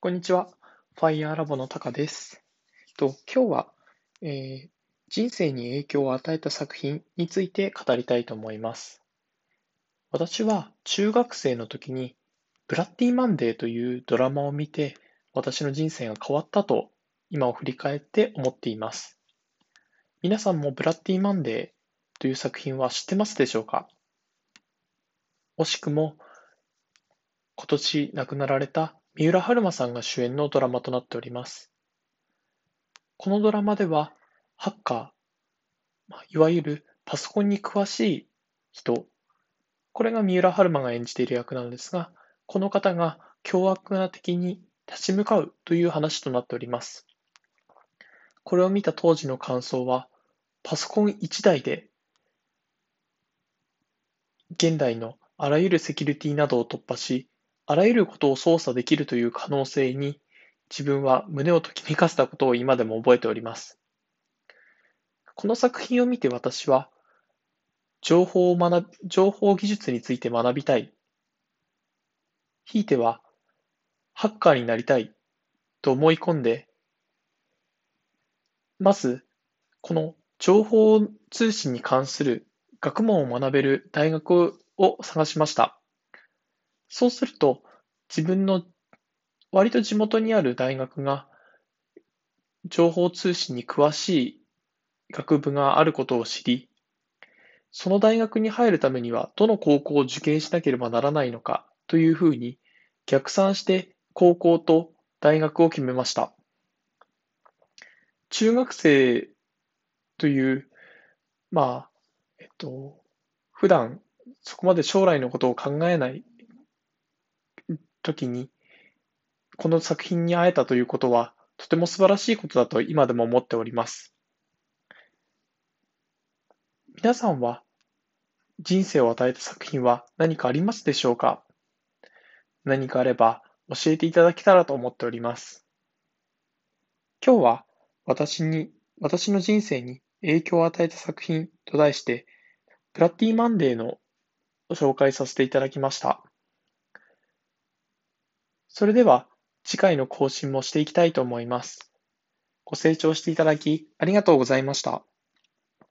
こんにちは。ファイヤーラボのタカです。今日は、人生に影響を与えた作品について語りたいと思います。私は中学生の時にブラッディ・マンデーというドラマを見て私の人生が変わったと今を振り返って思っています。皆さんもブラッディ・マンデーという作品は知ってますでしょうか？惜しくも今年亡くなられた三浦春馬さんが主演のドラマとなっております。このドラマではハッカー、いわゆるパソコンに詳しい人、これが三浦春馬が演じている役なんですが、この方が凶悪な敵に立ち向かうという話となっております。これを見た当時の感想は、パソコン1台で現代のあらゆるセキュリティなどを突破し、あらゆることを操作できるという可能性に自分は胸をときめかせたことを今でも覚えております。この作品を見て私は情報技術について学びたい。ひいてはハッカーになりたいと思い込んで、まずこの情報通信に関する学問を学べる大学を探しました。そうすると自分の割と地元にある大学が情報通信に詳しい学部があることを知り、その大学に入るためにはどの高校を受験しなければならないのかというふうに逆算して高校と大学を決めました。中学生という、まあ、普段そこまで将来のことを考えない時に、この作品に会えたということは、とても素晴らしいことだと今でも思っております。皆さんは人生を与えた作品は何かありますでしょうか？何かあれば教えていただけたらと思っております。今日は私の人生に影響を与えた作品と題して、ブラッディ・マンデーの紹介させていただきました。それでは次回の更新もしていきたいと思います。ご清聴していただきありがとうございました。